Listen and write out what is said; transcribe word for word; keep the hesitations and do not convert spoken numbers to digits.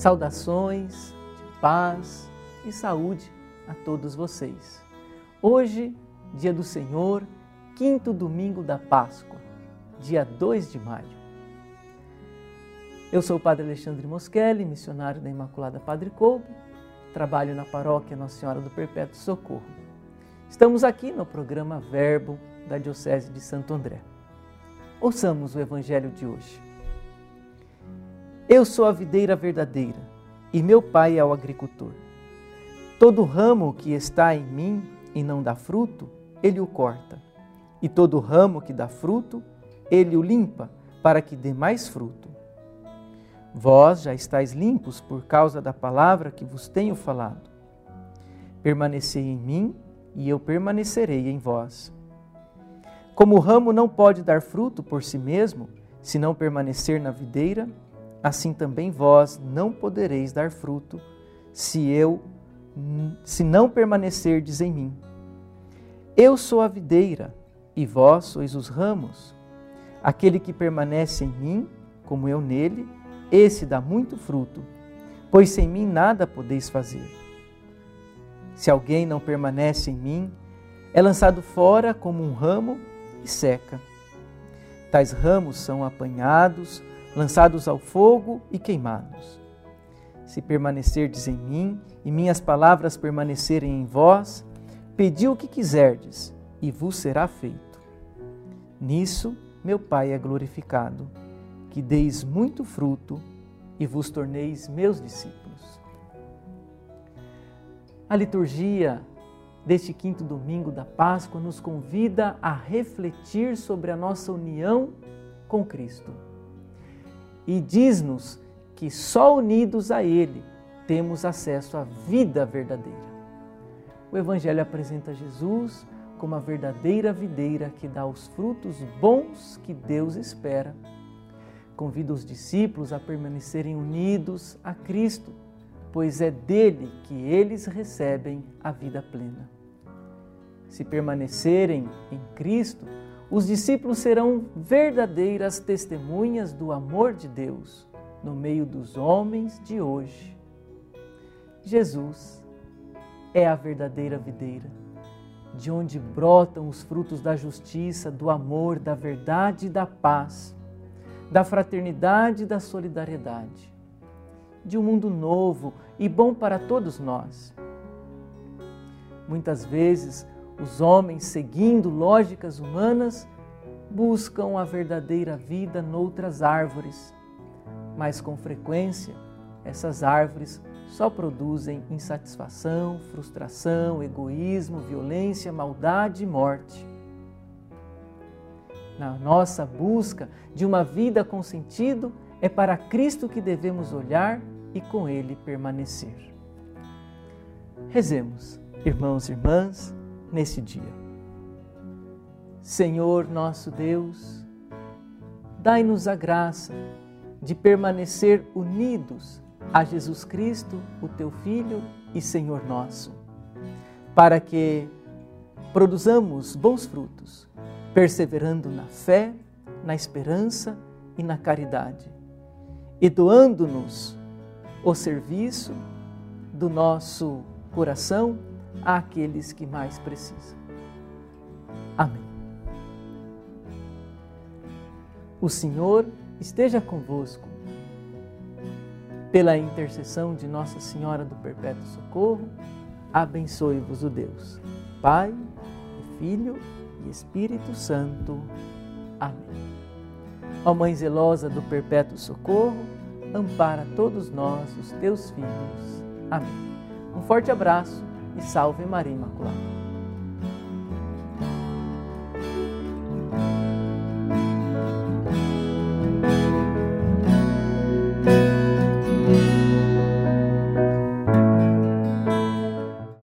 Saudações de paz e saúde a todos vocês. Hoje, dia do Senhor, quinto domingo da Páscoa, dia dois de maio. Eu sou o Padre Alexandre Moschelli, missionário da Imaculada Padre Kolbe, trabalho na paróquia Nossa Senhora do Perpétuo Socorro. Estamos aqui no programa Verbo da Diocese de Santo André. Ouçamos o Evangelho de hoje. Eu sou a videira verdadeira e meu Pai é o agricultor. Todo ramo que está em mim e não dá fruto, Ele o corta. E todo ramo que dá fruto, Ele o limpa para que dê mais fruto. Vós já estáis limpos por causa da palavra que vos tenho falado. Permanecei em mim e eu permanecerei em vós. Como o ramo não pode dar fruto por si mesmo, se não permanecer na videira, assim também vós não podereis dar fruto, se eu, se não permanecerdes em mim. Eu sou a videira, e vós sois os ramos. Aquele que permanece em mim, como eu nele, esse dá muito fruto, pois sem mim nada podeis fazer. Se alguém não permanece em mim, é lançado fora como um ramo e seca. Tais ramos são apanhados, lançados ao fogo e queimados. Se permanecerdes em mim e minhas palavras permanecerem em vós, pedi o que quiserdes e vos será feito. Nisso meu Pai é glorificado, que deis muito fruto e vos torneis meus discípulos. A liturgia deste quinto domingo da Páscoa nos convida a refletir sobre a nossa união com Cristo. E diz-nos que só unidos a Ele temos acesso à vida verdadeira. O Evangelho apresenta Jesus como a verdadeira videira que dá os frutos bons que Deus espera. Convida os discípulos a permanecerem unidos a Cristo, pois é dele que eles recebem a vida plena. Se permanecerem em Cristo, os discípulos serão verdadeiras testemunhas do amor de Deus no meio dos homens de hoje. Jesus é a verdadeira videira, de onde brotam os frutos da justiça, do amor, da verdade e da paz, da fraternidade e da solidariedade, de um mundo novo e bom para todos nós. Muitas vezes, os homens, seguindo lógicas humanas, buscam a verdadeira vida noutras árvores, mas com frequência essas árvores só produzem insatisfação, frustração, egoísmo, violência, maldade e morte. Na nossa busca de uma vida com sentido, é para Cristo que devemos olhar e com Ele permanecer. Rezemos, irmãos e irmãs, nesse dia. Senhor nosso Deus, dai-nos a graça de permanecer unidos a Jesus Cristo, o Teu Filho e Senhor nosso, para que produzamos bons frutos, perseverando na fé, na esperança e na caridade, e doando-nos o serviço do nosso coração àqueles que mais precisam. Amém. O Senhor esteja convosco. Pela intercessão de Nossa Senhora do Perpétuo Socorro, abençoe-vos o Deus, Pai, e Filho e Espírito Santo. Amém. Ó Mãe zelosa do Perpétuo Socorro, ampara todos nós, os teus filhos. Amém. Um forte abraço e salve Maria Imaculada.